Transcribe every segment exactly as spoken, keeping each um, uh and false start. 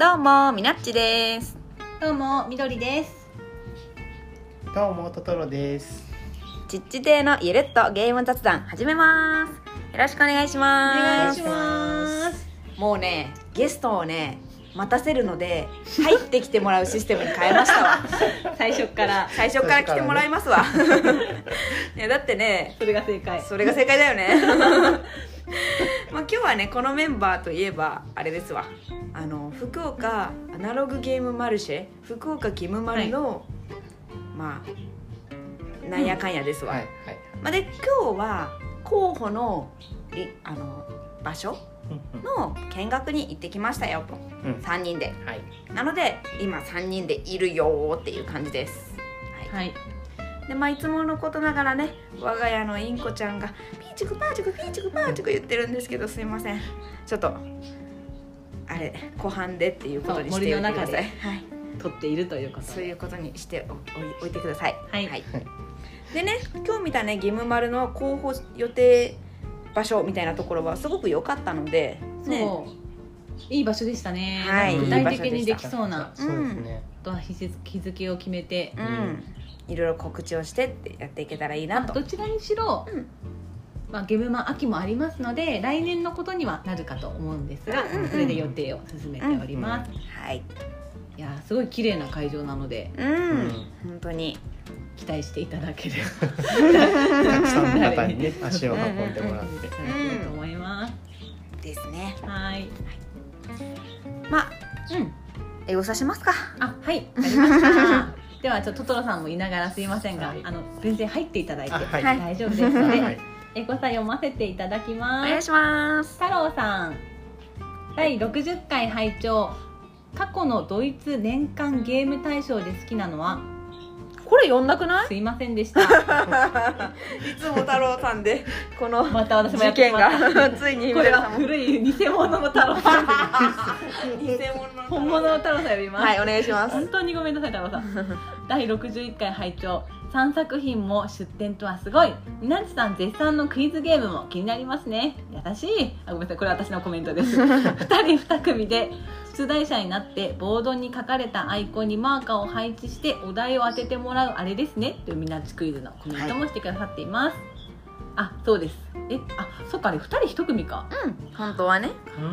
どうもみなっちです。 どうもみどりです。 どうもトトロです。 ちっち亭のゆるっとゲーム雑談始めます。よろしくお願いします。 お願いします。 もうねゲストをね待たせるので入ってきてもらうシステムに変えましたわ最初から最初から来てもらいますわいやだってねそれが正解それが正解だよねまあ今日はねこのメンバーといえばあれですわ、あの福岡アナログゲームマルシェ福岡キムマルの、はい、まあなんやかんやですわ、うんはいはい、まあ、で今日は候補のあの場所の見学に行ってきましたよと、うん、さんにんで、はい、なので今さんにんでいるよっていう感じです、はい、はい、でまあ、いつものことながらね我が家のインコちゃんがピーチクパーチクピーチクパーチク言ってるんですけど、すいませんちょっとあれ湖畔でっていうことにしておいてください。はい、 撮っているということそういうことにしておいてください。 はい、はい、 でね今日見たねゲームマルの候補予定場所みたいなところはすごく良かったので、 ね、そういい場所でしたね、 はい、 具体的にできそうな、 そうですね、 あとは日付を決めて、 うん、いろいろ告知をしてってやっていけたらいいなと。 どちらにしろ、うん、まあ、ゲームマ秋もありますので来年のことにはなるかと思うんですが、うんうん、それで予定を進めております、うんうん、 はい、 いやすごい綺麗な会場なので、 うんうん、本当に期待していただければたくさんの方にね足を運んでもらっていただければと思います、 うん、ですね。 はい、はい、 まあ、うん、英語さしますか。 あ、はい、わかりましたではちょっとトトロさんもいながらすいませんが、はい、あの全然入っていただいて、はい、大丈夫ですので、はい、英語さ読ませていただきます。 お願いします。 太郎さん、だいろくじゅっかい拝聴。過去のドイツ年間ゲーム大賞で好きなのは、 これ読んなくない？ すいませんでしたいつも太郎さんでこのまた私もやってしまった事件がついにこれは古い偽物の太郎さん偽物の本物の太郎さん呼びます。 はい、お願いします。 本当にごめんなさい太郎さんだいろくじゅういっかい拝聴。さんさく品も出展とはすごい。みなっちさん絶賛のクイズゲームも気になりますね。優しい。あ、ごめんなさい、これは私のコメントですふたりに組で出題者になってボードに書かれたアイコンにマーカーを配置してお題を当ててもらうあれですねというみなっちクイズのコメントもしてくださっています、はい、あ、そうです。え、あ、そっか、あれふたりいち組か。 うん、本当はね、 うんうん、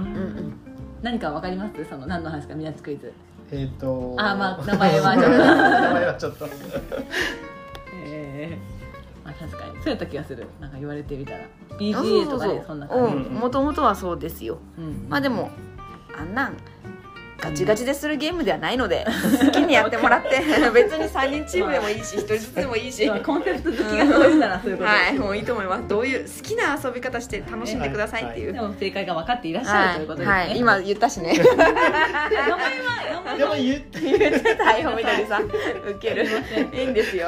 何かわかります？その何の話か、みなっちクイズ。 えっ、ー、とあ、まあ名前はちょっと名前はちょっとえー、まあ確かにそうやった気がする。なんか言われてみたら ビージーエー とかでそんな感じで、 もともとはそうですよ、うん、まあでもあんなんガチガチでするゲームではないので、うん、好きにやってもらって別にさんにんチームでもいいしひとりずつでもいいしコンセプト好きがそういうならそういうことで、 はい、もういいと思います。どういう好きな遊び方して楽しんでくださいっていう、 はいはい、でも正解が分かっていらっしゃる、はい、ということですね、はい、 今言ったしね名前はでも言って言ってたよみたいにさウケる。いいんですよ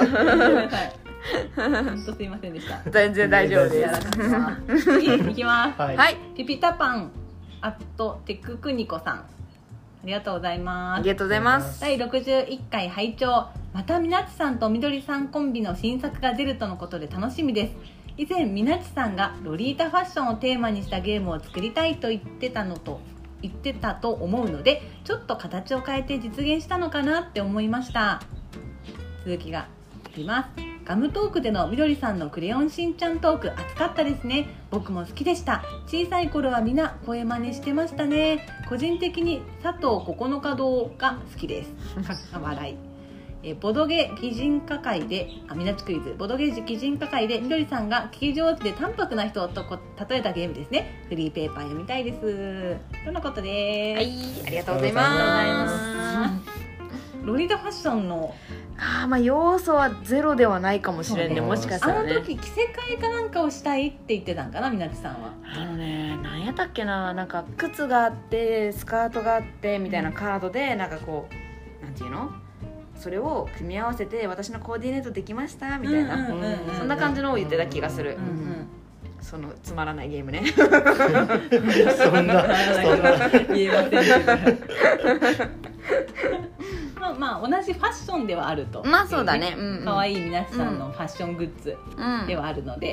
本当すいませんでした。 全然大丈夫です。 次いきます、 はい、 ピピタパンアットテククニコさん、ありがとうございます。 ありがとうございます。 だいろくじゅういっかい拝聴。またみなっちさんとみどりさんコンビの新作が出るとのことで楽しみです。以前みなっちさんがロリータファッションをテーマにしたゲームを作りたいと言ってたのと言ってたと思うので、ちょっと形を変えて実現したのかなって思いました。続きがあります。ガムトークでのみどりさんのクレヨンしんちゃんトーク熱かったですね。僕も好きでした。小さい頃はみんな声真似してましたね。個人的に佐藤ここのか堂が好きです笑い。えボドゲ擬人化会であみなっちクイズボドゲ擬人化会でみどりさんが聞き上手で淡白な人と例えたゲームですね。フリーペーパー読みたいですとのことです。 はい、ありがとうございます。 ロリータファッションのあ、まあ要素はゼロではないかもしれんね、もしかしたらね。 あの時着せ替えかなんかをしたいって言ってたんかな、みなっちさんは。 あのね、何やったっけな、なんか靴があってスカートがあってみたいなカードで、なんかこうなんていうの、それを組み合わせて私のコーディネートできましたみたいな、そんな感じのを言ってた気がする、うんうん、そのつまらないゲームねそんなそんな言えませんけどまあ、まあ同じファッションではあると、 まあそうだね、 可愛いみなっちさんのファッショングッズではあるので、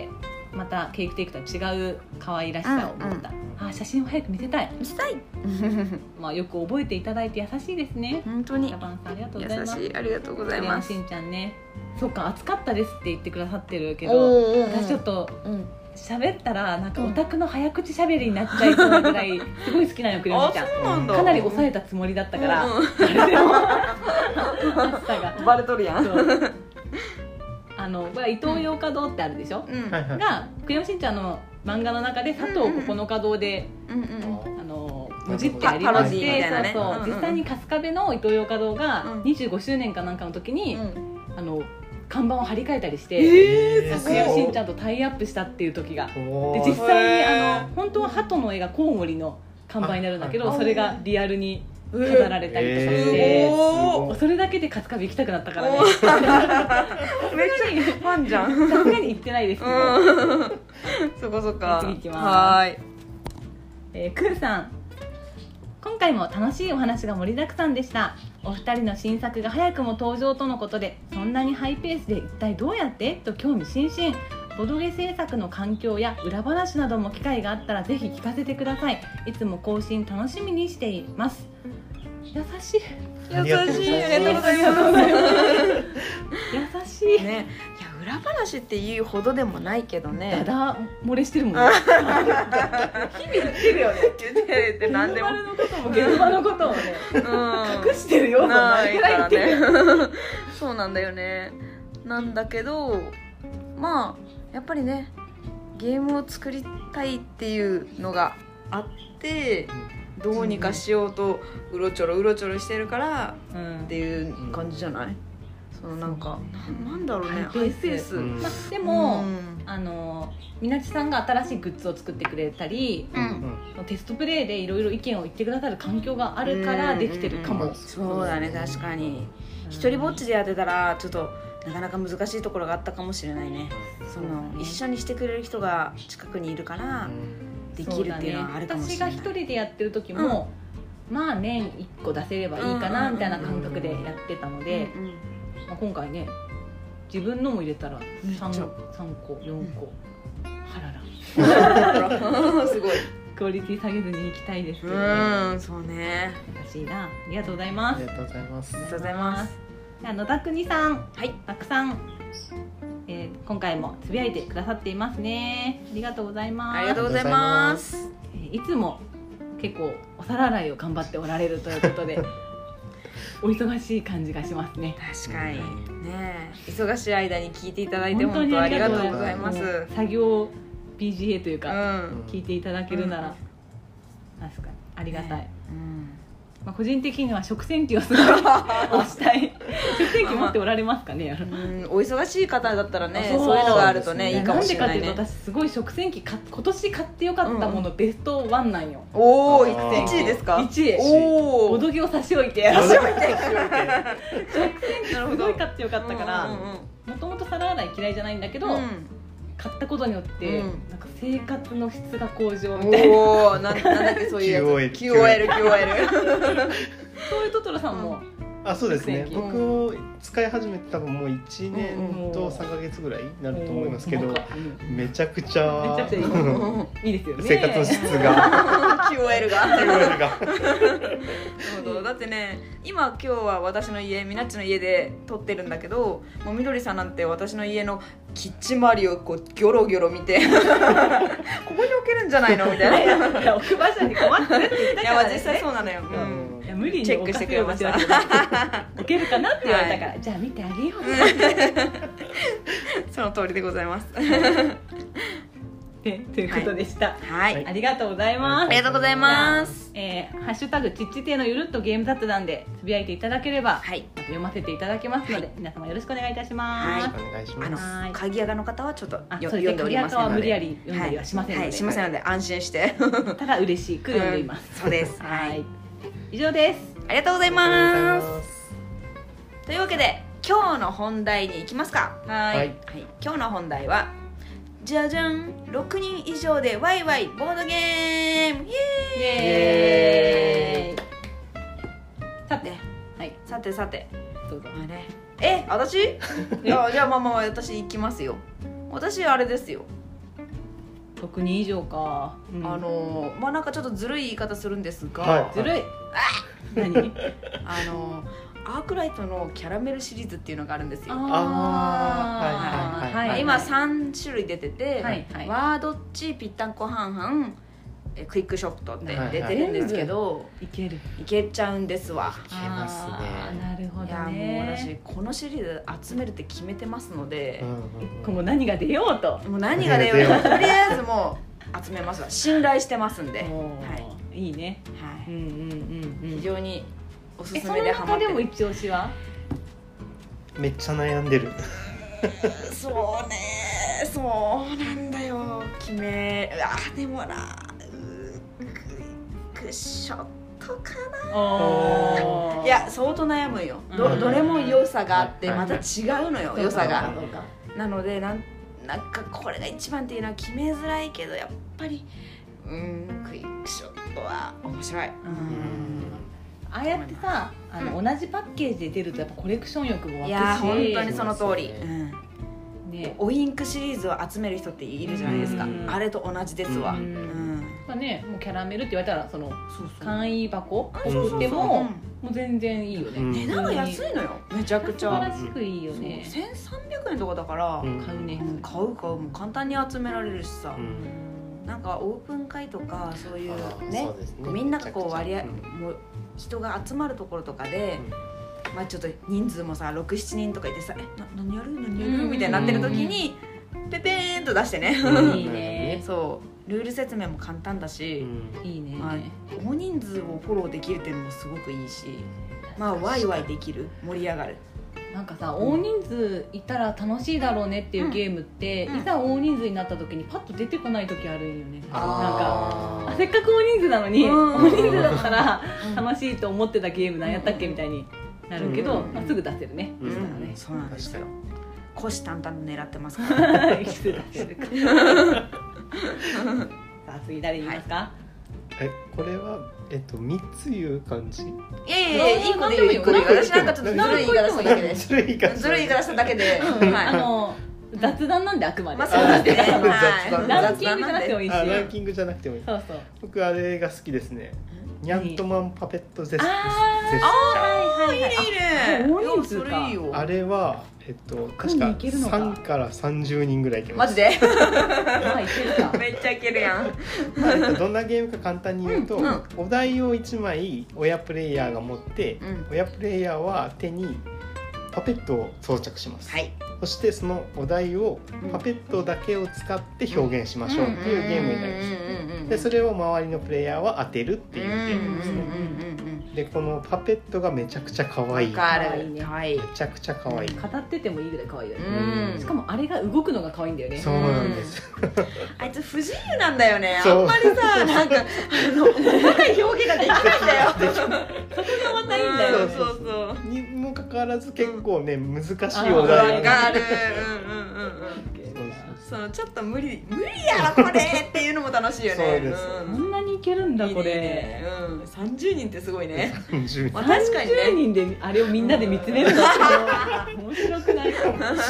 またケーキテイクとは違う可愛らしさを持った、うんうん、あ写真を早く見せたい見せたいまあよく覚えていただいて優しいですね。 本当にラバンさんありがとうございます。 優しい、ありがとうございます。 しんちゃんね、そうか暑かったですって言ってくださってるけど、私ちょっと喋ったらなんかオタクの早口喋りになっちゃいそうなぐらいすごい好きなのクレヨンしんちゃん。 そうなんだ。 かなり抑えたつもりだったから、うんうん、誰でも暑さがバレとるやん。 あのこれ伊東洋華堂ってあるでしょ、うん、がクレヨンしんちゃんの漫画の中で佐藤ここの華堂で、うんうん、あのもじってありまして、そうそう、うんうん、実際に春日部の伊東洋華堂がにじゅうごしゅうねんかなんかの時に、うん、あの看板を張り替えたりして、えー、クレヨンしんちゃんとタイアップしたっていう時がで、実際にあの本当は鳩の絵がコウモリの看板になるんだけど、それがリアルに飾られたりとかして、えー、それだけで春日部行きたくなったからね。めっちゃファンじゃん。 さすがに行ってないですけど、 うん、そこそか。 次行きます。はい、えー、クーさん、今回も楽しいお話が盛りだくさんでした。お二人の新作が早くも登場とのことで、そんなにハイペースで一体どうやってと興味津々。ボドゲ制作の環境や裏話なども機会があったらぜひ聞かせてください。いつも更新楽しみにしています。優しい優しい、ありがとうございます優しいね。いや裏話っていうほどでもないけどね、 ダダ漏れしてるもんね。日々言ってるよね。 言ってるって何でも現場のことも現場のこともね、うん、隠してるようなないからね。そうなんだよね。なんだけどまあやっぱりねゲームを作りたいっていうのがあって、どうにかしようとうろちょろうろちょろしてるからっていう感じじゃない、うん、そのなんか な, なんだろうね、ハイペース、うん、 まあ、でも、うん、あのみなちさんが新しいグッズを作ってくれたり、うん、テストプレイでいろいろ意見を言ってくださる環境があるからできてるかも、うんうんうん、 そうだね、確かに一人ぼっちでやってたらちょっとなかなか難しいところがあったかもしれないね。その一緒にしてくれる人が近くにいるからできるっていうのはあるかもしれない、 ね、私が一人でやってる時も、うん、まあ年いっこ出せればいいかなみたいな感覚でやってたので、うんうんうん、まあ、今回ね自分のも入れたら 3, 3個よんこ、うん、はららすごいクオリティ下げずにいきたいですけどね。 うん、そうね、 難しいな。ありがとうございます。 ありがとうございます。 ありがとうございます。 野田国さん、 はい、 たくさん、えー、今回もつぶやいてくださっていますね。ありがとうございます。 ありがとうございます。 えー、いつも結構お皿洗いを頑張っておられるということでお忙しい感じがしますね。 確かにね、忙しい間に聞いていただいて本当ありがとうございます。 作業 ビージーエー というか、うん、聞いていただけるなら、うん、確かにありがたい、ね、うん、まあ、個人的には食洗機をすごい押したい。食洗機持っておられますかね。 うん、お忙しい方だったらね、そういうのがあるとね、いいかもしれないね。 なんでかっていうと、私すごい食洗機か今年買ってよかったもの、うん、ベストワンなんよ。 おお、いちいですか。 いちい。おお、ボドゲを差し置いてやらせて。食洗機すごい買ってよかったから、もともと皿洗い嫌いじゃないんだけど、うん、買ったことによって、うん、なんか生活の質が向上みたいな。おお、なんだっけそういうやつ。キューオーエル キューオーエルそういうトトロさんも、 うん、あ、そうですね。僕使い始めて多分もういちねんとさんかげつぐらいになると思いますけど、めちゃくちゃめちゃくちゃいいいいですよね。 生活の質がキューオーエル がキューオーエル がそうだってね、今今日は私の家、みなっちの家で撮ってるんだけど、もうみどりさんなんて私の家のキッチン周りをこうギョロギョロ見てここに置けるんじゃないのみたいな。 いや、置く場所に困ってるって言ったから、ね、 いや、実際そうなのよ、うん、 いや無理にチェックしてくれました。 置けるかなって言われたから、はい、じゃあ見てあげようってその通りでございますでということでした、 はい、 ありがとうございます。 ありがとうございます。 えー、ハッシュタグちっち亭のゆるっとゲーム雑談でつぶやいていただければ、はい、また読ませていただけますので、はい、皆様よろしくお願いいたします。 はい、お願いします。 あの鍵垢の方はちょっと読んでおりませんので、鍵垢は無理やり読んだりはしませんので、 はいはい、しませんので安心してただ嬉しく読んでいます、 うん、そうです、 はい、以上です。 ありがとうございます。というわけで今日の本題に行きますか。はい、はい、今日の本題はじゃじゃん、ろくにん以上でワイワイボードゲーム、イエーイ。さて、はい、さてさて、どうぞ。あれ、え、私？いや、じゃあまあまあ私行きますよ。私あれですよ。 ろくにん以上か、うん、 あのまあなんかちょっとずるい言い方するんですが、 はい、 ずるい何あのアークライトのキャラメルシリーズっていうのがあるんですよ。 あー、はいはいはい、 今さん種類出てて、 はいはい、 ワードッチ、ぴったんこはんはん、クイックショットって出てるんですけど、はいはい、 いけるいけちゃうんですわ。 いけますね。 なるほどね。 いやもう私このシリーズ集めるって決めてますので、 うんうん、今後何が出ようともう何が出ようととりあえずもう集めますわ。信頼してますんで、はい、 いいね、はい、うんうんうんうん、 非常におすすめでハマってる。 その中でも一押しはめっちゃ悩んでるそうね、そうなんだよ。決めあでもなクイックショットかな。いや相当悩むよ。 ど, どれも良さがあってまた違うのよ、良さが。なのでなんなんかこれが一番っていうのは決めづらいけど、やっぱりうんクイックショットは面白い。うんああやってさ、あの、うん、同じパッケージで出るとやっぱコレクション欲も湧くし、いや本当にその通り、うんね、オインクシリーズを集める人っているじゃないですか。あれと同じですわ。うんうん、ね、もうキャラメルって言われたらその簡易箱を送ってももう全然いいよね。 値段が安いのよ、めちゃくちゃ素晴らしくいいよね。 せんさんびゃくえんとかだから、うん、買うね、買う買う、もう簡単に集められるしさ、うん、なんかオープン会とかそういう ね, ねみんながこう割合、うん、もう人が集まるところとかで、うん、まあちょっと人数もさろく、しちにんとかいてさ、えな何やる何やる、うん、みたいになってる時にペペーンと出してね、 うん、いいねそうルール説明も簡単だし、 うん、いいね、 まあ、大人数をフォローできるっていうのもすごくいいし、まあワイワイできる、盛り上がる。 なんかさ、大人数いたら楽しいだろうねっていうゲームって、うん、いざ大人数になった時にパッと出てこない時あるよね。なんかあせっかく大人数なのに、大人数だったら楽しいと思ってたゲーム何やったっけみたいになるけど、まあ、すぐ出せるね、 うんしたらね。 そうなんですよ。虎視眈々狙ってますからいつ出せるかさあ次誰言いますか、はい、 えこれはえっとみっつ言う感じ。 いやいやいやいい子でいい、いい子でいい。私なんかちょっとずるい言い方しただけでずるい言い方しただけで、 あの雑談なんであくまで、 まあそうですね、 ランキングじゃなくてもいいし。 あランキングじゃなくてもいい。 そうそう、 僕あれが好きですね。ニャントマンパペットゼスチャー。 ああいいねいいね。 大人数か。 あれはえっと確かさんからさんじゅうにんぐらいいけます。 マジでまあいけるか。 めっちゃいけるやん。 まあ、どんなゲームか簡単に言うと、うんうん、お題をいちまい親プレイヤーが持って、うん、親プレイヤーは手にパペットを装着します、 はい、 そしてそのお題をパペットだけを使って表現しましょうっていうゲームになります。でそれを周りのプレイヤーは当てるっていうゲームですね。でこのパペットがめちゃくちゃ可愛い。 かわいいね。 めちゃくちゃ可愛い。 語っててもいいぐらい可愛いよね。しかもあれが動くのが可愛いんだよね。 そうなんです。 あいつ不自由なんだよね。あんまりさなんかあの細かい表現ができないんだよ。そこがまたいいんだよ。そうそうそう。 にもかかわらず結構ね難しいお題がある。うんうんうんうん。そのちょっと無理無理やろこれっていうのも楽しいよね。 そうです。 こんなにいけるんだこれ。 うん。さんじゅうにんってすごいね。 さんじゅうにん。 まあ確かにね。 さんじゅうにんであれをみんなで見つめるの面白くない？い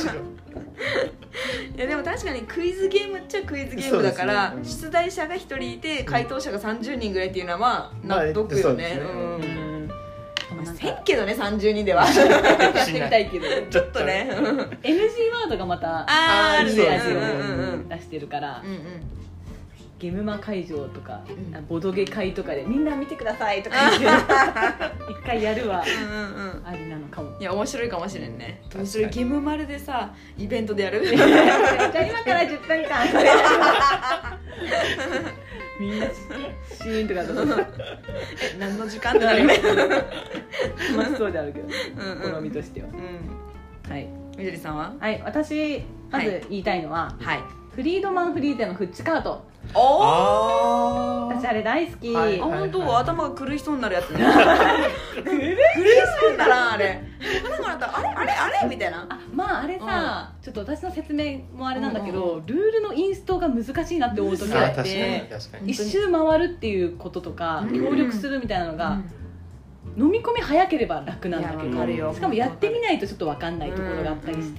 やでも確かにクイズゲームっちゃクイズゲームだから、ね、出題者がひとりいて回答者がさんじゅうにんぐらいっていうのはまあ納得よね。せんけどねさんじゅうにんではやってみたいけどちょっとねエヌジー ワードがまたあいい味を出してるから、うんうん、ゲムマ会場とか、うん、ボドゲ会とかでみんな見てくださいとか言って一回やるはありなのかも。 いや面白いかもしれんね。それゲムマルでさイベントでやるじゃあ今からじゅっぷんかんみんなシーンとかとえ何の時間ってなるねまあそうであるけど、うんうん、好みとしては、うん、はい。 みどりさんは？ はい、私まず言いたいのは、はい、フリードマンフリーゼのフッチカート。 おー私あれ大好き、 はいはいはい、あ本当頭が狂いそうになるやつね狂いそうだなあれあれあれあれみたいな。 あまああれさ、うん、ちょっと私の説明もあれなんだけど、うんうん、ルールのインストが難しいなって思う時があって一周回るっていうこととか、うん、協力するみたいなのが、うん、飲み込み早ければ楽なんだけど、しかもやってみないとちょっと分かんないところがあったりして、うん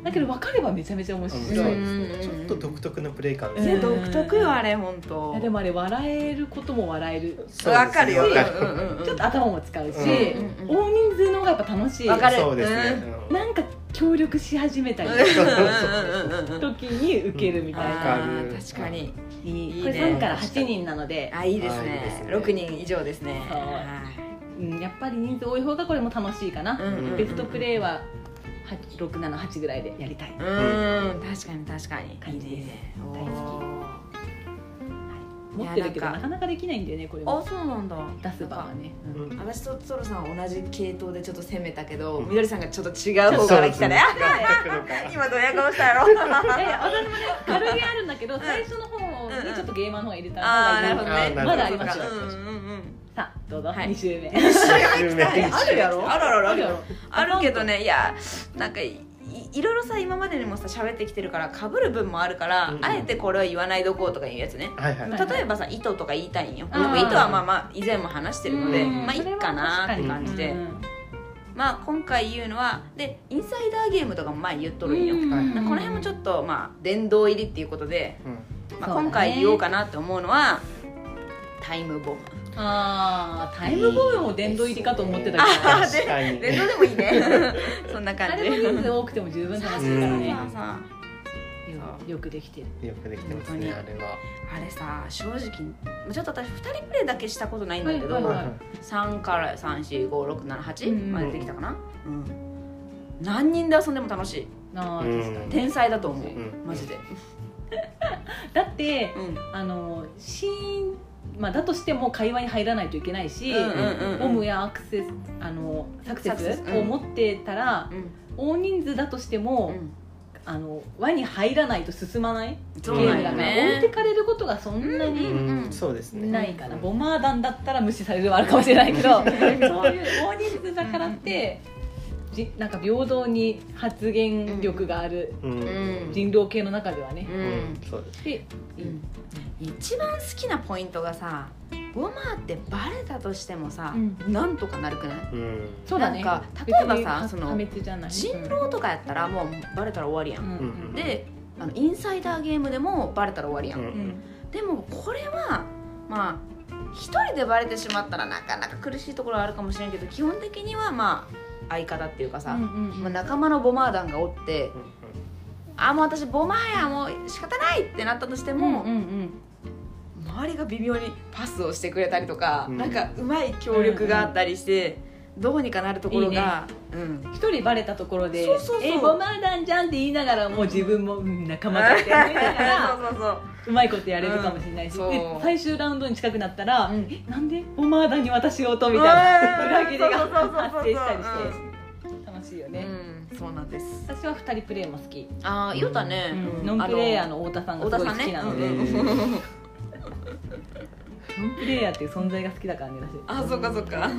だけど分かればめちゃめちゃ面白い、 そううんですね。ちょっと独特なプレイ感ですね、 ね。 独特よあれ本当。 いやでもあれ笑えることも笑える、 そうわかるよ。 わかるうんうんうんちょっと頭も使うし、 うんうん大人数の方がやっぱ楽しい。 わかるそうですね。うんなんか協力し始めたりうんうんうんうん時に受けるみたいな、 わかるあー確かにいいいいねこれさんからはちにんなので、 あいいですあいいですねねろくにん以上ですね。 そうはいうん、やっぱり人数多い方がこれも楽しいかな、 うんうんうんベストプレイはろく、なな、はちぐらいでやりたい、 うーん確かに確かに感じですいいね大好おー持ってるけどいやなんかなかなかできないんだよねこれあもそうなんだ。 出す場はね、うんうん私とソロさんは同じ系統でちょっと攻めたけど、 うんみどりさんがちょっと違う方から来たね。 そうですね今ドヤ顔したやろ。 いやいや私もね軽げあるんだけど、最初の方にちょっとゲーマーの方が入れた方ああがいいなるほどね。 あーまだありますよ、 なるほどうんうんうん。 さあどうぞ、 はいに週目有名えあるやろ。あるあるあるやろあるけどね、いやなんかいいろいろさ今までにもさ喋ってきてるから被る分もあるから、 うんうんあえてこれは言わないどこうとかいうやつね。 はいはい。 はい例えばさ糸とか言いたいんよ。であーも糸はまあまあ以前も話してるので、 うんまあいいかなって感じで、 うんまあ今回言うのはでインサイダーゲームとかも前言っとるんよ。 うんはいこの辺もちょっとまあ殿堂入りっていうことで、 うんまあ、 そうだね今回言おうかなって思うのはタイムボム。 あータイムボムも殿堂入りかと思ってたけどあー確かに。 殿堂でもいいね。そんなあ感じ。 れも人数多くても十分楽しいからねそうそうそうよくできてるよくできてますねあれは。 あれさ正直ちょっと私ふたりプレイだけしたことないんだけど、 はいはいはいさんからさん、よん、ご、ろく、なな、はちうんまでできたかな、うん、何人で遊んでも楽しい。 あーうん確かに天才だと思う、 うんマジで、 だってうんあのシーンまあだとしても会話に入らないといけないし、 うんうんうんうんボムやアクセスあのサクセサクセススを持ってたら、 うん大人数だとしても、 うんあの輪に入らないと進まないゲそうなんよームだから、置いねてかれることがそんなうにんそうですね。 ないかな、ボマー弾だったら無視されるはあるかもしれないけどそういう大人数だからってじなんか平等に発言力があるうんうん人狼系の中ではね、 ううんんそうです。 でうん一番好きなポイントがさボマーってバレたとしてもさ、 うんなんとかなるくない？ うんそうだね、 なんか例えばさ別にその破滅じゃない人狼とかやったらもうバレたら終わりやん、 うんうんであのインサイダーゲームでもバレたら終わりやん、 うんうんでもこれはまあ一人でバレてしまったらなかなか苦しいところはあるかもしれんけど基本的にはまあ相方っていうかさ、 うんうんうんまあ、仲間のボマー団がおって、あもう私ボマーやもう仕方ないってなったとしても、 うんうんうん周りが微妙にパスをしてくれたりとか、 うんなんかうまい協力があったりして、どうにかなるところがうん一人バレたところでそうそうそうえボマー弾じゃんって言いながらもう自分も、うん、仲間だって思いながらそうそうそううまいことやれるかもしれないし、 うんでそう最終ラウンドに近くなったら、 うんえなんでボマー弾に渡しようとみたいなうん裏切りがそうそうそうそう発生したりして楽しいよね、 うん、そうなんです。 私はふたりプレイも好き、 ああ、言うたね。 うんノンプレイヤーの太田さんがすごい好きなので、 太田さんねうんうんノンプレイヤーっていう存在が好きだからね私あ、そっかそっか。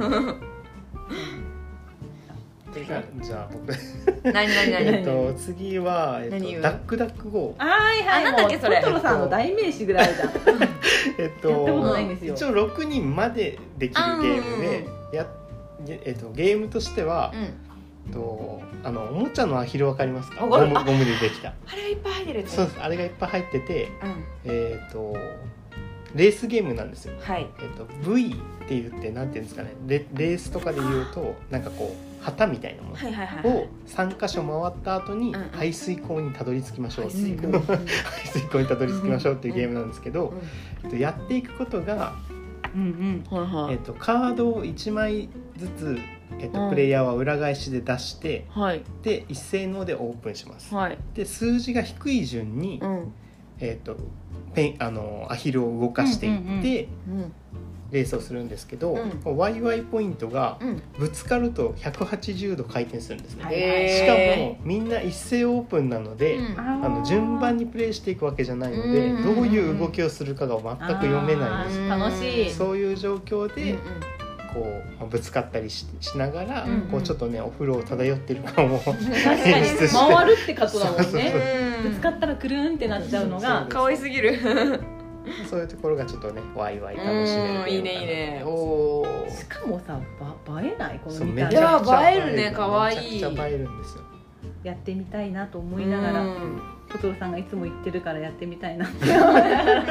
じゃあじゃあ僕何何何えっと次はえっ何言うとダックダックゴーはいはいあなんだっけそれもうトトロさんの代名詞ぐらいあるじゃんえっやったこととないんですよ一応ろくにんまでできるゲームでやえっとゲームとしてはうん。 えっとあのおもちゃのアヒルわかりますか？ わかるあゴムゴムでできた。 あれがいっぱい入ってるやつ。 そうです。あれがいっぱい入ってて、 うん。 えっとレースゲームなんですよ。 はい。 えっと V って言ってなんていうんですかね。レレースとかで言うとなんかこう旗みたいなものはいはいはい。 をさん箇所回った後にうんうん排水溝にたどり着きましょう。 排水溝うん排水溝にたどり着きましょうっていうゲームなんですけど、えっとやっていくことがうんうんはいはい。 えっとカードをいちまいずつえっとうんプレイヤーは裏返しで出して、 はいで一斉のでオープンします。 はい。 で数字が低い順に、 うんえー、とペンあのアヒルを動かしていって、 うんうんうんうんレースをするんですけど、 うワイワイポイントがうん。 ぶつかるとひゃくはちじゅうど回転するんですね、 はいしかへもみんな一斉オープンなので、 うんあの順番にプレイしていくわけじゃないので、 うんどういう動きをするかが全く読めないんです、 うん楽しいそういう状況うんで、こうまあぶつかったり し, しながら、 うんうんこうちょっとねお風呂を漂ってる感を確かに演出して回るってことだもんそうそうねうん。 ぶつかったらくるんってなっちゃうのそうが可愛すぎる。 そういうところがちょっとねワイワイ楽しめるうんいいねいいね。おお。 しかもさば映えないこのそう見た目いやめちゃくちゃ映えるね可愛いめちゃくちゃ映えるんですよやってみたいなと思いながら、 うんトトロさんがいつも言ってるからやってみたいなって思いながら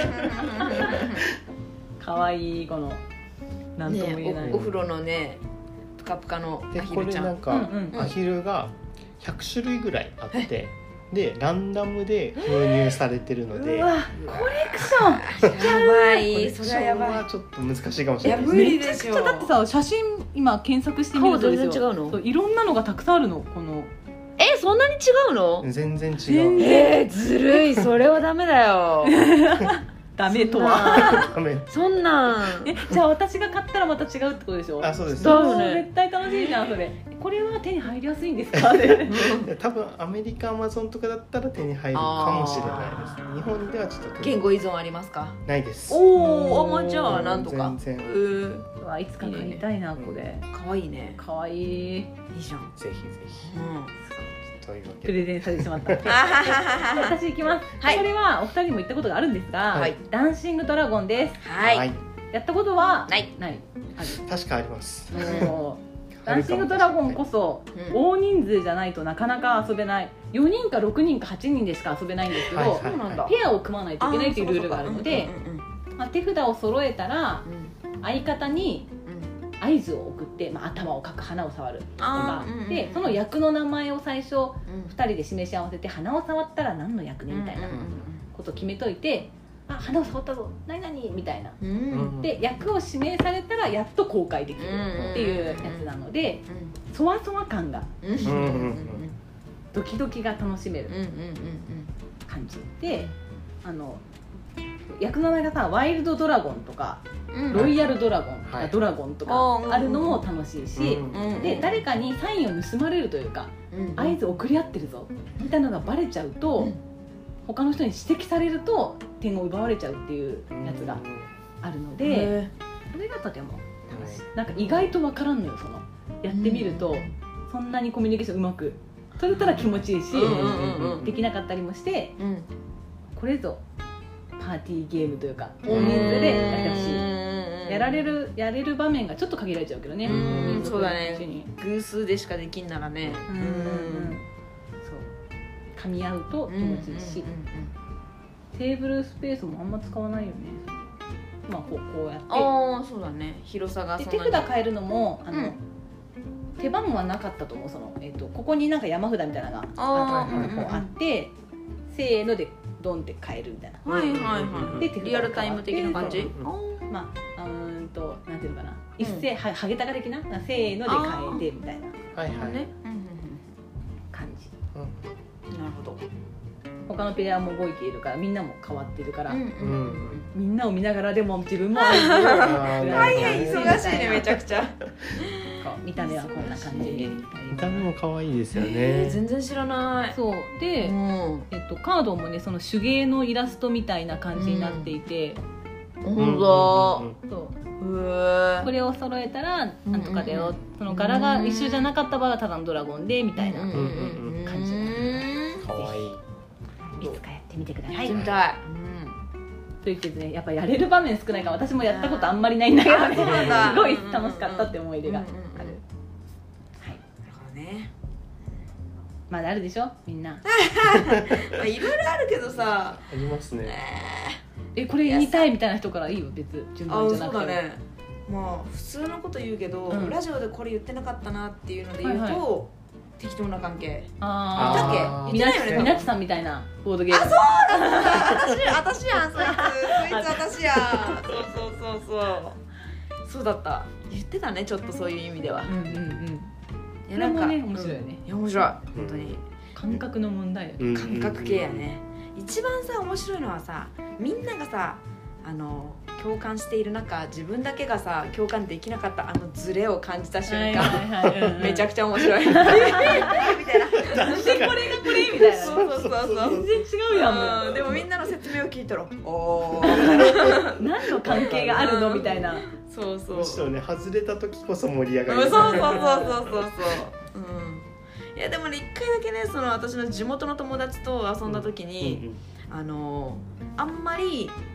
かわいいこのなんとも言えない、 ね、お, お風呂のねプカプカのアでこヒルちゃんれなんか、 うんうんアヒルがひゃくしゅるいぐらいあってでランダムで封入されてるのでうわコレクションやばコレいそクションれはやばいはちょっと難しいかもしれないいやですね無理でしょめちゃくちゃだってさ写真今検索してみるとですよ顔全然違うのそういろんなのがたくさんあるのこのえそんなに違うの全然違う全然えー、ずるいそれはダメだよダメとはダメそんなんえじゃあ私が買ったらまた違うってことでしょあそうですだよねそう絶対楽しいじゃんそれこれは手に入りやすいんですかね多分アメリカアマゾンとかだったら手に入るかもしれないですね日本ではちょっと手に言語依存ありますかないですおおまあじゃあなんとか全然うーうわいつか買いたいなこれかわいいねかわいいいいじゃんぜひぜひうんというわけでプレゼンされてしまったあはははは私行きます、 はいこれはお二人にも言ったことがあるんですが、 はいダンシングドラゴンですはいやったことはないないある確かありますもうダンシングドラゴンこそうん大人数じゃないとなかなか遊べないよにんかろくにんかはちにんでしか遊べないんですけど、 はいはいそうなんだペアを組まないといけないっていうルールがあるので、 うんうんまあ、手札を揃えたらうん相方にうんうん合図を送って、まあ、頭をかく花を触るのがああーうんうんってその役の名前を最初うんふたりで示し合わせて鼻を触ったら何の役ねみたいなことを決めといて、あ鼻を触ったぞ何々みたいなうんうんうんで役を指名されたらやっと公開できるっていうやつなのでそわそわ感がうんうんうんうんドキドキが楽しめるうんうん感じであの役の名前がさワイルドドラゴンとかうんうんロイヤルドラゴンとはいかドラゴンとあーかあるのも楽しいしうんうんうんで誰かにサインを盗まれるというかうん合図送り合ってるぞみたいなのがバレちゃうと、 うん他の人に指摘されると点を奪われちゃうっていうやつがあるので、 へそれがとても楽しいなんか意外とわからんのよそのやってみると、そんなにコミュニケーションうまく取れたら気持ちいいし、 うんうんうんできなかったりもしてうんこれぞパーティーゲームというか大人数でやってほしいやられるやれる場面がちょっと限られちゃうけどね、 うん人数そうだねのうちに偶数でしかできんならねうんうんうんそう噛み合うと気持ちいいし、テーブルスペースもあんま使わないよねまあこうこうやってああそうだね広さがでそんなに手札変えるのもあの、 うん手番はなかったと思うその、えー、とここになんか山札みたいなのがあーあのこうあってせーのでドンって変えるみたいなはいはいはいで手札リアルタイム的な感じうんあーまあうーんとなんていうのかな一斉はハゲタカ的なせーので変えてみたいなはいはいねうんうん感じうんうんなるほど他のプレイヤーも動いているからみんなも変わってるから、 うんうんうんみんなを見ながらでも自分も合図を大大変忙しいねめちゃくちゃこう見た目はこんな感じで見た目も可愛いですよねえー全然知らないそうで、 うんえっと、カードもねその手芸のイラストみたいな感じになっていて、 本当そうだへこれを揃えたらなんとかだよ、その柄が一緒じゃなかった場合はただのドラゴンでみたいな、 うんうんうんうん感じ可愛いいつかやってみてください、 やってみたいと言ってねやっぱやれる場面少ないから私もやったことあんまりないんだけど、ね、 あそうなんだすごい楽しかったって思い出がある、 うんうんうんはい、 なるほどねまだあるでしょみんなまあいろいろあるけどさありますねえこれ言いたいみたいな人からいいよ別順あそ番じゃなくてもうだねまあ普通のこと言うけど、 うんラジオでこれ言ってなかったなっていうので言うと、 はいは適当な関係あ言ったっけ言ってないよねみなちさんみたいなボードゲームあ私私やんそいつそいつ私やそうそうそうそうそうだった言ってたねちょっとそういう意味では、 うんうんうんいこれもね面白いよねうんいや面白い本当に感覚の問題よね、 うん感覚系やね一番さ面白いのはさみんながさあの共感している中自分だけがさ共感できなかったあのズレを感じた瞬間、 はいはいはいうんうんめちゃくちゃ面白いみたいななんでこれがこれみたいなそうそうそうそう全然違うやんうんでもみんなの説明を聞いたらおー何の関係があるのみたいなそうそうむしろね外れた時こそ盛り上がうんりそうそうそうそうそうそううんいやでもね一回だけねその私の地元の友達と遊んだ時に、あのあんまり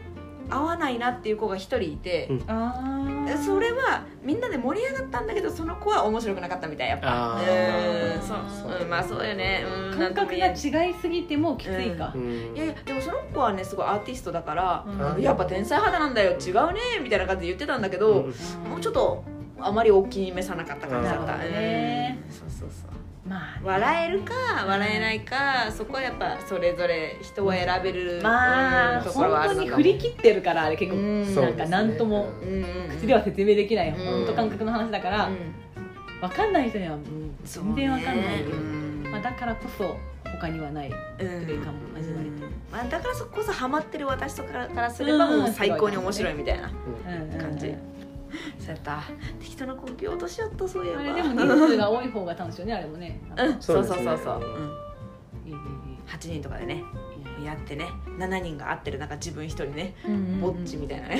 合わないなっていう子が一人いて、 うん、 あーそれはみんなで盛り上がったんだけどその子は面白くなかったみたいやっぱ。 あうんーそう、うん、まあそうよね、うん、 感覚が違いすぎてもきついか、 うんいやいやでもその子はねすごいアーティストだから、 うんやっぱ天才肌なんだよ違うねみたいな感じで言ってたんだけど、 うんもうちょっとあまり大きい目さなかった感じだった。 なるほどねうんそうそうそうまあね、 笑えるか笑えないかそこはやっぱそれぞれ人を選べる、 まあうんところはあ本当にるのかも。 振り切ってるからあれ結構うんなんか何ともうんうんうん口では説明できないうん本当感覚の話だからうん分かんない人にはもう全然分かんないけど、 うんまあ、だからこそ他にはないうんというかも味わえてまあ、だからそこそハマってる私とかからすればもう最高に面白いみたいなうん感じ。 うんうんそうやった適当な根拠落としちゃったそういえば。 あれでも人数が多い方が楽しいよねあれもね。 うんそうそうそうですねそうそう、うん、 いいねいいねはちにんとかでねいいねやってねしちにんが合ってる中自分一人ねうんうんうんぼっちみたいなね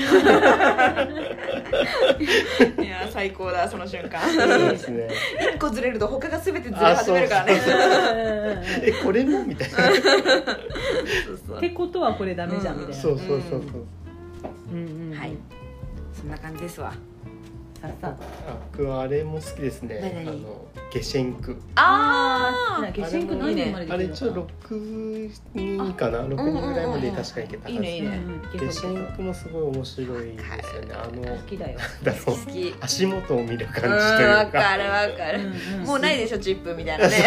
いや最高だその瞬間そうですね。 一個ずれると他が全てずれ始めるからね。 あそうえこれもみたいな。 そうそうってことはこれダメじゃんみたいな。 そうそうそうそう。 うんうん。 はいそんな感じですわ。 さっさと。 あ僕はあれも好きですね。 何々 あのゲシェンク。 ああ、ゲシンク何人までであれきるのかな。 ちょっとろくにんかなろくにんぐらいまで確かいけたはず。 いいねいいねうんうんいけゲそうシェンクもすごい面白いですよね。あの好きだよ。 だろう好き足元を見る感じとうんいうわか。 かるわかる、 うんうんもうないでしょチップみたいなね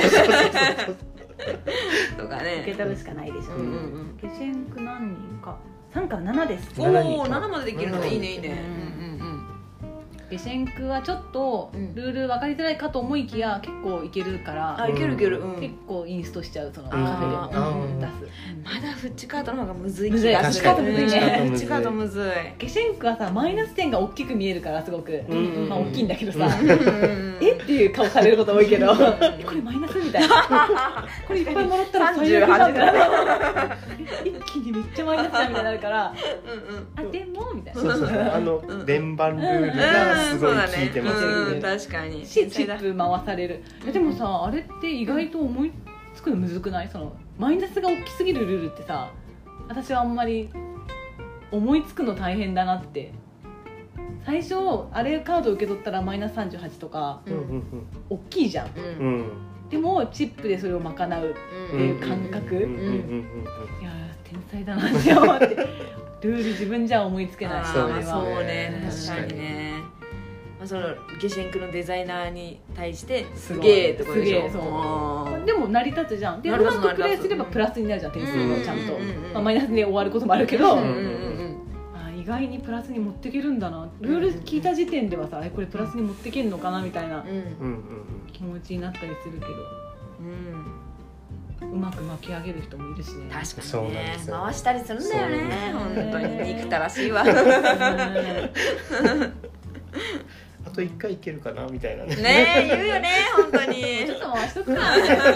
とか受ねけ取るしかないでしょ。 うんうんうんゲシェンク何人か。さんからななです。 お七人おななまでできるのうんいいねいいねうんうんうんゲシェンクはちょっとうんルール分かりづらいかと思いきや結構いけるからあいけるいけるうん結構インストしちゃうそのあカーフェでもうん出す。 まだフッチカートの方がむずいむずい気がするフッチカートむずいねうんフッチカートむずいゲシェンクはさマイナス点が大きく見えるからすごく、 うんうんうんまあ大きいんだけどさ、 うんえっていう顔されること多いけど、 んえこれマイナスみたいなこれいっぱいもらったら最悪だみたいな一気にめっちゃマイナスだみたいになるからうんうんあでもみたいなそうそうそうあのうん連番ルールがすごい効いてますようんね。 確かにしチップ回されるえでもさあれって意外と思いつくのむずくないそのマイナスが大きすぎるルールってさ私はあんまり思いつくの大変だなって最初あれカード受け取ったらマイナスさんじゅうはちとかうんうん大きいじゃんうんうんうんでもチップでそれを賄ううんっていう感覚うんうんうんうんいやー天才だなって思ってルール自分じゃ思いつけないあーそうですねそうね確確かにね、まあ、そのゲシェンクのデザイナーに対してすすごいげえってことでしょすげえそうあーでも成り立つじゃんでう成り立つまくプレイ成り立つすればプラスになるじゃん点数うんがちゃんと、 うんうんうんまあ、マイナスで終わることもあるけど、 うんうんうんあー意外にプラスに持っていけるんだなルール聞いた時点ではさえこれプラスに持っていけるのかなみたいなうんうんうん気持ちになったりするけどうんうまく巻き上げる人もいるしね確そうなんかにねですよ回したりするんだよねそう本当に憎たらしいわうんあと一回いけるかなみたいなね。 ねえ言うよね本当にちょっと回しとくか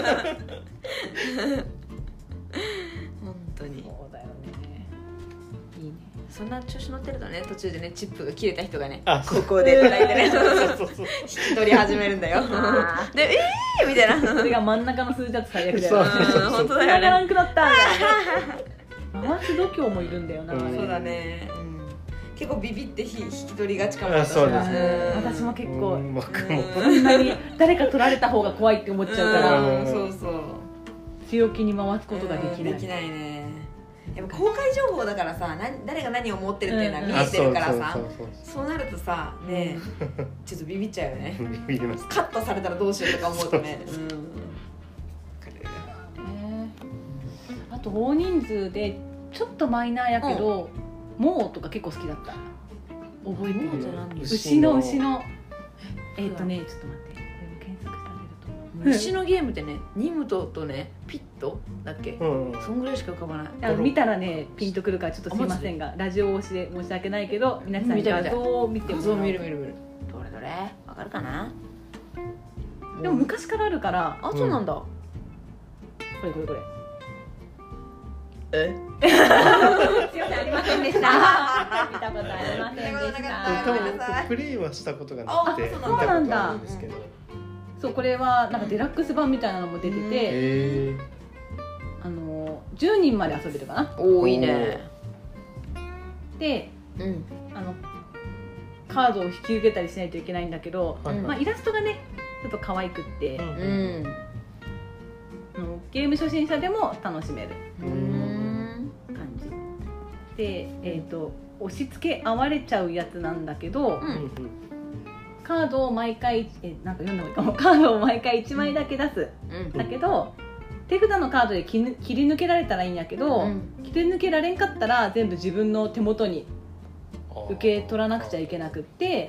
本当にそうだよねいいねそんな調子乗ってるとね途中でねチップが切れた人がねあここでとか言ってねそうそうそう。 引き取り始めるんだよあでえーみたいなそれが真ん中の数字だと最悪だそうようん本当だ繋がらよねんくなったみたいな回す度胸もいるんだよな、 うんあれそうだね、うん、結構ビビってひ引き取りがちかもあそうですねうん私も結構うん僕も。 そんなに誰か取られた方が怖いって思っちゃうから、 うんそうそう強気に回すことができない、 うんできないねやっぱ公開情報だからさな誰が何を持ってるっていうのは見えてるからさあそうそうそうなるとさねちょっとビビっちゃうよねそうそう。ビビります。 カットされたらどうしようとか思うとねうんわかるねあと大人数でちょっとマイナーやけど、モーとか結構好きだった覚えてモーるじゃ何牛の牛のえっ、とねちょっと待って検索してあげると虫のゲームってねニムトとねピットだっけうんうん。 そんぐらいしか浮かばないあの見たらねピンとくるからちょっとすいませんがラジオ推しで申し訳ないけど皆さんに画像を見てもらおう画像見る見る見るどれどれわかるかなでも昔からあるからあそうなんだ、 これこれこれえすいませんありませんでした見たことありませんでし見たことなかたった多ごめんなさい分プレイはしたことがなくてあ見たそうなんだことあるんですけど。 そうこれはなんかデラックス版みたいなのも出てて、 へあのじゅうにんまで遊べるかなおおいいねで、 うん、 あのカードを引き受けたりしないといけないんだけど、 はいまあ、イラストがねちょっと可愛くって、 うんうんあのゲーム初心者でも楽しめるうん感じで、えーと、押し付け合われちゃうやつなんだけど、 うんうんカードを毎回えなんか読んだ方がいいかもカードを毎回いちまいだけ出す、 うんだけど手札のカードで切り切り抜けられたらいいんやけど、 うん切り抜けられんかったら全部自分の手元に受け取らなくちゃいけなくって、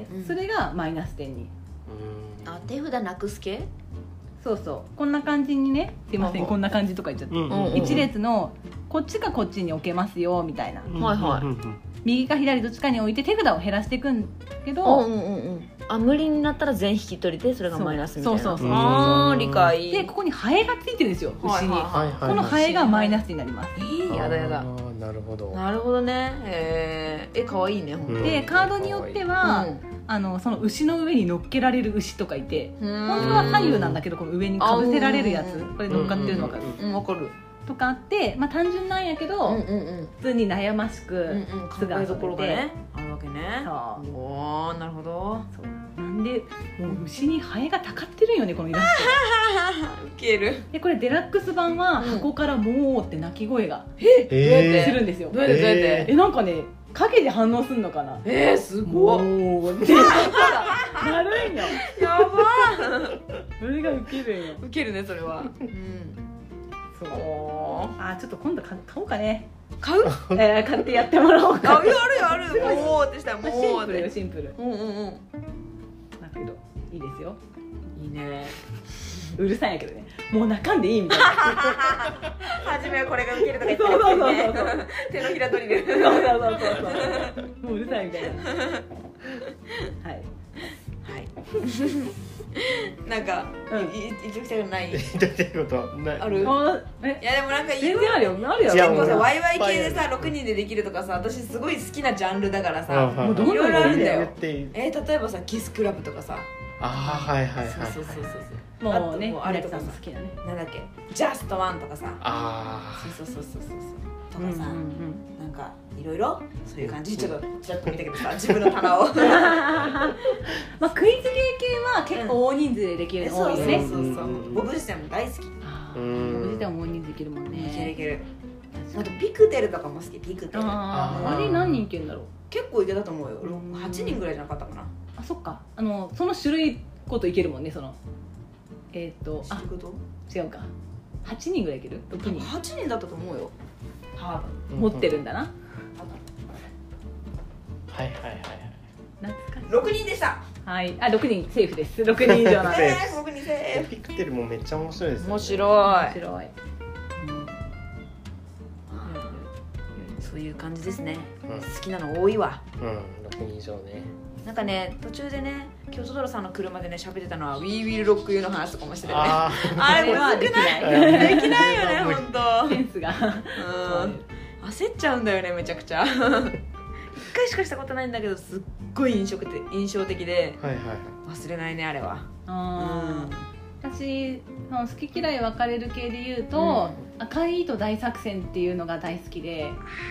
うんそれがマイナス点に。 うんあ、手札なくす系？ そうそうこんな感じにね、すいません、 うんこんな感じとか言っちゃって、 うんうん一列のこっちかこっちに置けますよみたいな、 はいはいうんうん右か左どっちかに置いて手札を減らしていくんだけど、 うんうんうんあ、無理になったら全引き取りでそれがマイナスみたいな。 そうそうそうあー、理解。 でここにハエがついてるんですよ、牛に、 はいはいはいこのハエがマイナスになります。 えー、やだやだあ。ーなるほど。 なるほどね。へーえ、可愛いね、ほんと。 うんでカードによっては、あのその牛の上に乗っけられる牛とかいて、 うん本当は左右なんだけどこの上にかぶせられるやつ、 うんこれ乗っかってるの分かる、 うん、わかる。 とかあって、まあ、単純なんやけど、 うんうんうん。 普通に悩ましく、 うんうん、考えどころがねあるわけね。 そうおー、なるほど。 そうなんでもう牛にハエがたかってるんよねこのイラスウケる。 トでこれデラックス版はうん箱からモーって鳴き声がえするんですよ、 どうやってどうやってえなんかね影で反応すんのかな、 えー、すごっ。 モーってなるんよやばそれがウケるんよー。ウケるね、それは。うん。 そうおー。 あちょっと今度買買おうかね、 買う？ えー、買ってやってもらおうかあ、いや、あるよ、あるよ。もうってしたら、 まあもうっシンプルよて。 シンプルうんうんうん。 だけどいいですよ、 いいね。 うるさいんやけどねもう泣かんでいいみたいな初めはこれがウケるとか言ってそうそうそうねそう手のひら取りで。 そうそうそうそうもううるさいみたいなはいはい。なんか、 うんいい言ってきたくない。いどういうことなあるあえやでもなんかい全ろいろ然あるよあるよいや結構さもうワイワイ系でさろくにんでできるとかさ、私すごい好きなジャンルだからさ、 もうどんどんいろいろあるんだよ言っていい。 えー、例えばさキスクラブとかさ、 あーはいはいはい。 そうそうそうそうもうねあともうあれとかさ皆さんも好きなねなんだっけジャストワンとかさ、 あそうそうそうそうそうとかさ、 うんうんうんなんかいろいろそういう感じ。ちょっとちらっと見たけどさ自分の棚をまあクイズゲー系は結構大人数でできるのそうそうそう多いよね、 そううんうんうん僕自身も大好き。 あーうん僕自体も大人数できるもんいけるいねける。あとピクテルとかも好き。ピクテルあーあーあれ何人いけるんだろう結構いけたと思うよ。 うんはちにんぐらいじゃなかったかな。 あそっかあのその種類ごといけるもんねそのえっ、ー、とあそういうこと？ 違うかはちにんぐらいいけるろくにんはちにんだったと思うよ。多分。 持ってるんだな、 はいはいはいはい。 懐かしいろくにんでした。 はいあろくにんセーフですろくにん以上なんでセーフえー、僕にセーフ。 ピクテルもめっちゃ面白いですよね。 面白い。 面白いそういう感じですね。 うん好きなの多いわ。 うん、ろくにん以上ね。 なんかね途中でね京都ドラさんの車でね喋ってたのは We Will Rock You の話とかもしてたよね。 ああれはむずくない？ ないできないよね無理本当。 センスがうん。焦っちゃうんだよねめちゃくちゃ。一回しかしたことないんだけどすっごい印象的印象的であ。はいはい忘れないねあれは。 あー私その好き嫌い分かれる系で言うと、赤い糸大作戦っていうのが大好きで、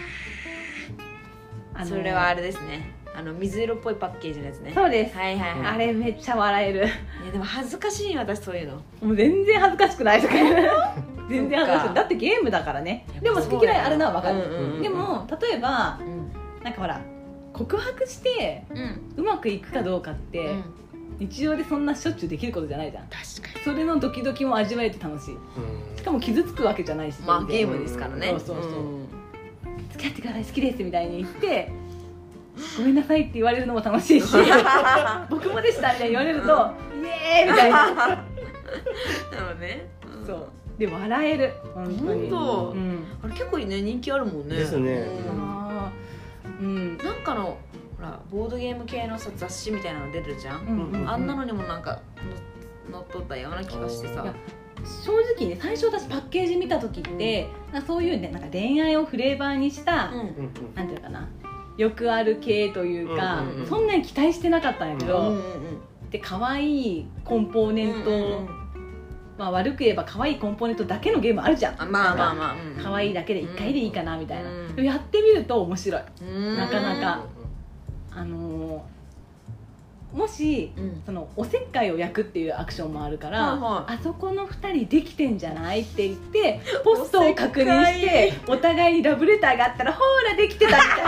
あのそれはあれですね。あの水色っぽいパッケージのやつね。 そうです、 はいはいはい。 あれめっちゃ笑えるいやでも恥ずかしい私そういうの。 もう全然恥ずかしくないとか全然恥ずかしそっかくないだってゲームだからね。でもやっぱ好き嫌いあるのは分かる、 うんうんうんでも例えばうんなんかほら告白してうんうまくいくかどうかって、 うん。 日常でそんなしょっちゅうできることじゃないじゃん。 確かそれのドキドキも味わえて楽しい。 うんしかも傷つくわけじゃないし、 に。まあ全然ゲームですからね。 そうそうそううん付き合ってください好きですみたいに言ってごめんなさいって言われるのも楽しいし僕もでしたみたいに言われるとイエーイみたいななるほどね。うんそうで笑える本当に本当うんあれ結構ね人気あるもんね。 ですねうんあーうんなんかのほらボードゲーム系のさ雑誌みたいなの出てるじゃん。 うんうんうんあんなのにもなんかの載っとったような気がしてさいや。正直ね最初私パッケージ見た時ってなんかそういうねなんか恋愛をフレーバーにした、 うんうんうんなんていうのかなよくある系というか、 うんうんうんそんなに期待してなかったんやけど、 うんうんうんで可愛いコンポーネントまあ、悪く言えば可愛いコンポーネントだけのゲームあるじゃん。 あまあまあまあ、 可愛いだけでいっかいでいいかなみたいな、 うんでもやってみると面白い。 うんなかなかあのーもしうんそのおせっかいを焼くっていうアクションもあるから、 はいはいあそこのふたりできてんじゃないって言ってポストを確認してお互いにラブレターがあったらほーらできてたみたいな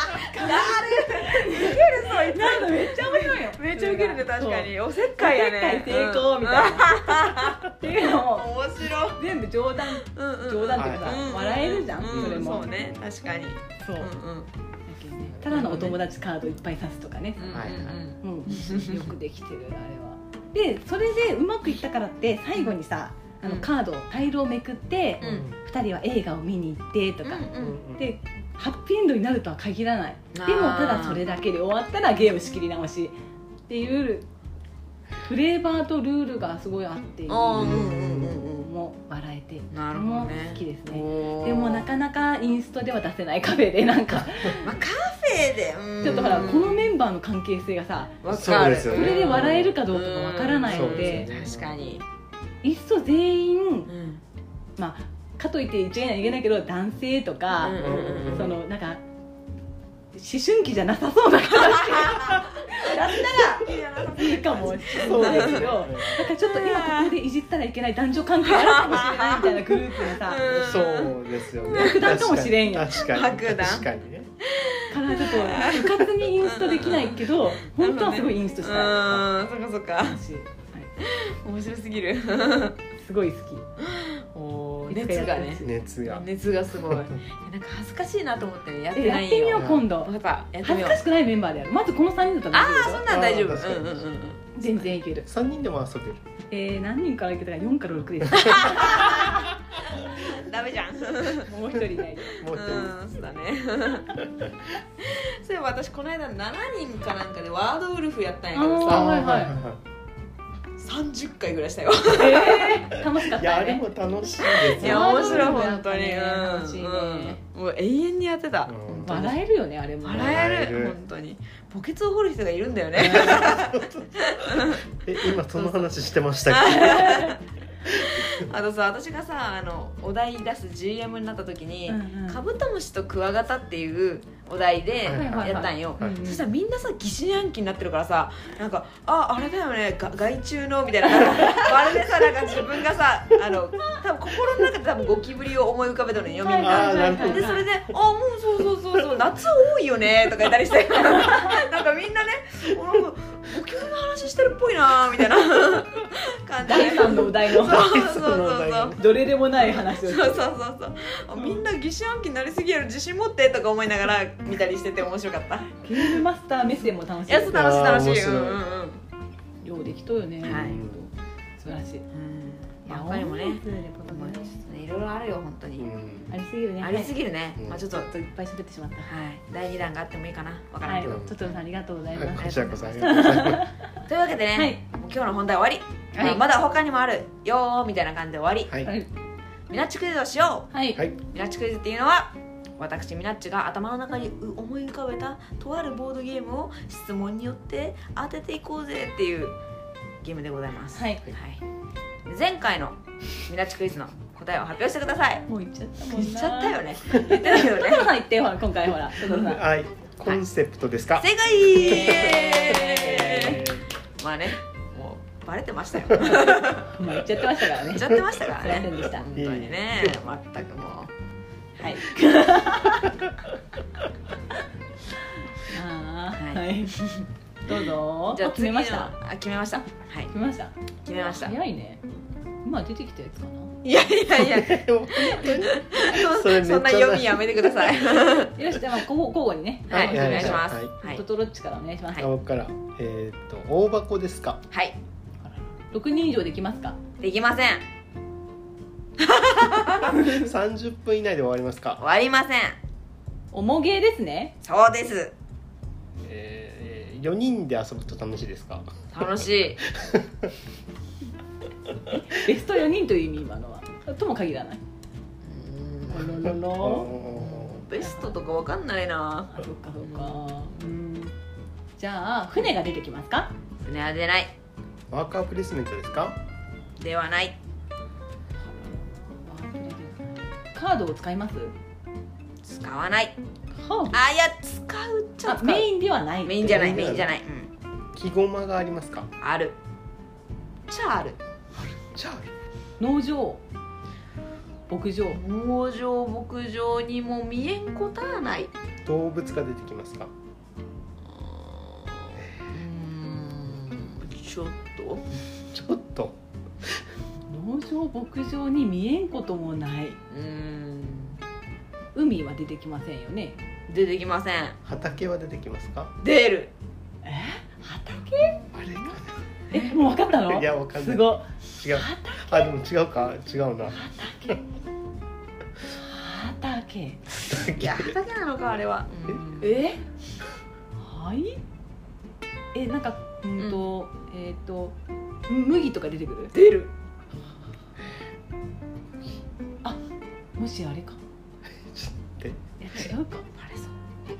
なんかめっちゃ面白いよ。 めっちゃウケるね、確かにおせっかいやね、 おせっかい成功みたいな、っていうのも面白い。 全部冗談うんうん冗談っていうかさ、 うん笑えるじゃん、 うんそれもそうね、確かに。 そう、 うんだけどね、ただのお友達カードいっぱい刺すとかね、 うんはいはいうん、よくできてるあれは。でそれでうまくいったからって最後にさあのうんカードタイルをめくって、 うんふたりは映画を見に行ってとか、 うんでハッピーエンドになるとは限らない。であーもただそれだけで終わったらゲーム仕切り直しっていうフレーバーとルールがすごいあっていい、 あーうんうんうんも笑えてなるほどねも好きですうんね。 おーでもなかなかインストでは出せないカフェでなんかまあカフェでうんちょっとほらこのメンバーの関係性がさわそうかるですよねそれで笑えるかどうかがわからないのうんで、 そうです確かに、 いっそ全員うんまあかといって一概には言えないけど男性とか、 うんうんうんそのなんか思春期じゃなさそうな人たちだったらいいかもしれないけど、なんかちょっと今ここでいじったらいけない男女関係あるかもしれないみたいなグループのさ、 うんそうですよね。 爆弾かもしれんよ確かに爆弾確かにね。 からちょっとうかつにインストできないけど本当はすごいインストしたいうんそっかそっか私、はい、 面白すぎるすごい好き。 おーいつかやって熱がねほしい熱が。 熱がすごいなんか恥ずかしいなと思ってねやっえてないよやってみよう今度。 分かったやって恥ずみようかしくないメンバーでやる。まずこのさんにんだったらああそんなん大丈夫あー確かにうんうんうんうん全然いける。 三人でも遊べる。 えー、何人からいけたかよんからろくですダメじゃんもう一人いない。 もう一人。 うんそうだねそういえば私この間しちにんかなんかでワードウルフやったんやけどあーさはいはいさんじゅっかいぐらいしたよえー、楽しかったいやあれよね。 も楽しいですよ。 いや面白い本当にやっぱね楽しいねうんもう永遠にやってたうん笑えるよねあれもね。 笑える笑える本当に墓穴を掘る人がいるんだよねえ今その話してましたっあとさ私がさあのお題出す ジーエム になった時に、 うんうんカブトムシとクワガタっていうお題ではいはいはいやったんよ、 はいうんうんそしたらみんなさ疑心暗鬼になってるからさなんかああれだよねが害虫のみたいなまるでさなんか自分がさあの多分心の中で多分ゴキブリを思い浮かべたのよみんはいなあーなるほどでそれで「あもうそうそうそうそう夏多いよね」とか言ったりしてなんかみんなねおなんかゴキブリの話してるっぽいなみたいな感じで第三のお題のそうそうそうそうどれでもない話をしてそうそうそうそうあみんな疑心暗鬼になりすぎやる自信持ってとか思いながら見たりしてて面白かったいゲームマスター目線も楽しいやそう楽しい楽しいあー面白いうんうんうんようできとるよね、 はい素晴らしい。 うんまあ他にもねいや音楽でポトまあねちょっとねいろいろあるよ本当に、 うんありすぎるね。 ありすぎるね、 はいまあちょっとはいいっぱい喋ってしまった。 だいにだんがあってもいいかなわからはい、 んけど、 トトロさんありがとうございます。 こちらこそありがとうございます。 というわけでね、 はいもう今日の本題終わり、 はいまあまだ他にもあるよーみたいな感じで終わり、 はいはい、 ミナッチクイズをしよはい、 はい。 うミナッチクイズっていうのは私ミナッチが頭の中に思い浮かべたとあるボードゲームを質問によって当てていこうぜっていうゲームでございます、 はいはい、前回のミナッチクイズの答えを発表してください。 もう言っちゃったもんな。 言っちゃったよね言ってないよねトトロさん言ってよ、ほら今回ほら、トトロさん。 はい。コンセプトですか。 正解えまあねもうバレてましたよまあ言っちゃってましたからね。 言っちゃってましたからすいませんねでした。 本当にね全くもうはい。ああ、 ははいい。どうぞ。 じゃああ決めました。 次のあ決めましたはい決めました。 決めました早いね。今出てきたやつかな。 いやいやいやー本当にそそれめっちゃそんな読みやめてくださいよし、じゃあまあ交互交互にね。 はい、 はいお願いしますはいはいトトロッチからお願いします。 あ僕からえっと大箱ですか。 はい六人以上できますか。 できません三十分以内で終わりますか。 終わりませんおもげですね。 そうですえー、四人で遊ぶと楽しいですか。 楽しいベストよにんという意味今のは。とも限らない。 うんロロロ。 おベストとかわかんないなあ、そっかそっか。うん。じゃあ船が出てきますか。 船は出ないーワーカープレイスメントですか。 ではないカードを使います？ 使わない。 はあ、いや使うっちゃあ、 使う。 メインではない。 メインじゃないメインじゃなメインじゃないい、うん、 木駒がありますか？ ある。じゃあある。 じゃあ農場、牧場、 農場牧場にも見えんことはない。 動物が出てきますか？ うーん、ちょっとちょっと農場牧場に見えんこともない。 うーん、 海は出てきませんよね。 出てきません。 畑は出てきますか？ 出る。 え、畑？ あれかな。 え、もう分かったの？ いや分かんない。 すごい。 違う。あ、でも違うか、違うな。 畑。畑。 いや畑なのかあれは。うん、 え？はい？え、なんかうんと、うん、えっ、ー、と麦とか出てくる？ 出る。 あ、もしあれか。 で、 いや違うか。 あれそう。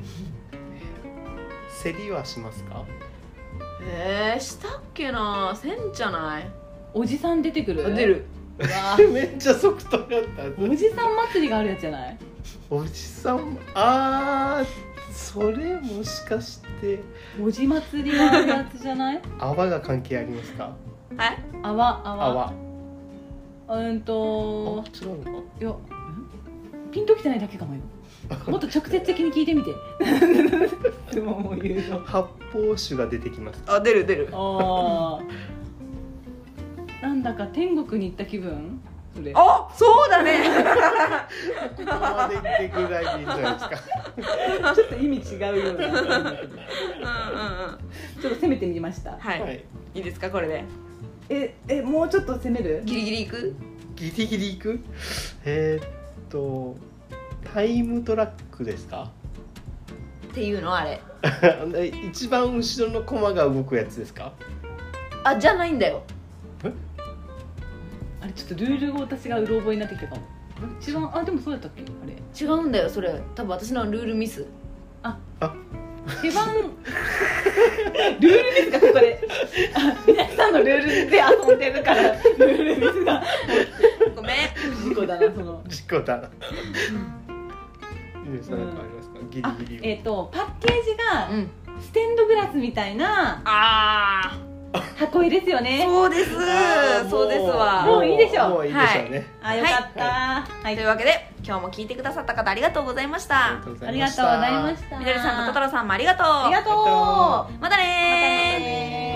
競りはしますか？ えー、したっけな。せんじゃない。 おじさん出てくる？ 出る。 うわめっちゃ即答やった。 おじさん祭りがあるやつじゃない？ おじさん、あー、それもしかしておじ祭りがあるやつじゃない？ 泡が関係ありますか？ はい。 泡泡泡。 うんとあ、違うのか。 いや、ピンときてないだけかもよ。もっと直接的に聞いてみて。でももう言うの。 発泡酒が出てきます。 あ、出る出る。 ああ。なんだか天国に行った気分。それ。 あ、そうだね。 ここまで行ってぐらいでいいんじゃないですか。 ちょっと意味違うような。 うんうんうん。 ちょっと攻めてみました。 はい。 はい。 いいですかこれで。 ええ、もうちょっと攻める？ ギリギリいく？ ギリギリ行く？えー、っとタイムトラックですか？ っていうのあれ。 一番後ろのコマが動くやつですか？ あ、じゃないんだよ。 あれちょっとルールを私がうろ覚えになってきたかも。一番あでもそうだったっけ？あれ違うんだよそれ。多分私のルールミス。 ああ一番ルールミスがここで。あ、皆さんのルールで遊んでるからルールミスが。 ごめん。 事故だなその。 事故だな。皆さん何かありますか？ギリギリを。 えっ、ー、とパッケージがうん。 ステンドグラスみたいなあ箱入れですよね。 そうです。 あーそうですわ。 もういいでしょう。 もういいでしょうね。 あ、よかった。 ははい。 というわけで今日も聞いてくださった方ありがとうございました。 あありがとうございました。 みどりさんとトトロさんもありがとう。 ありがとう。 またねー。 またねー。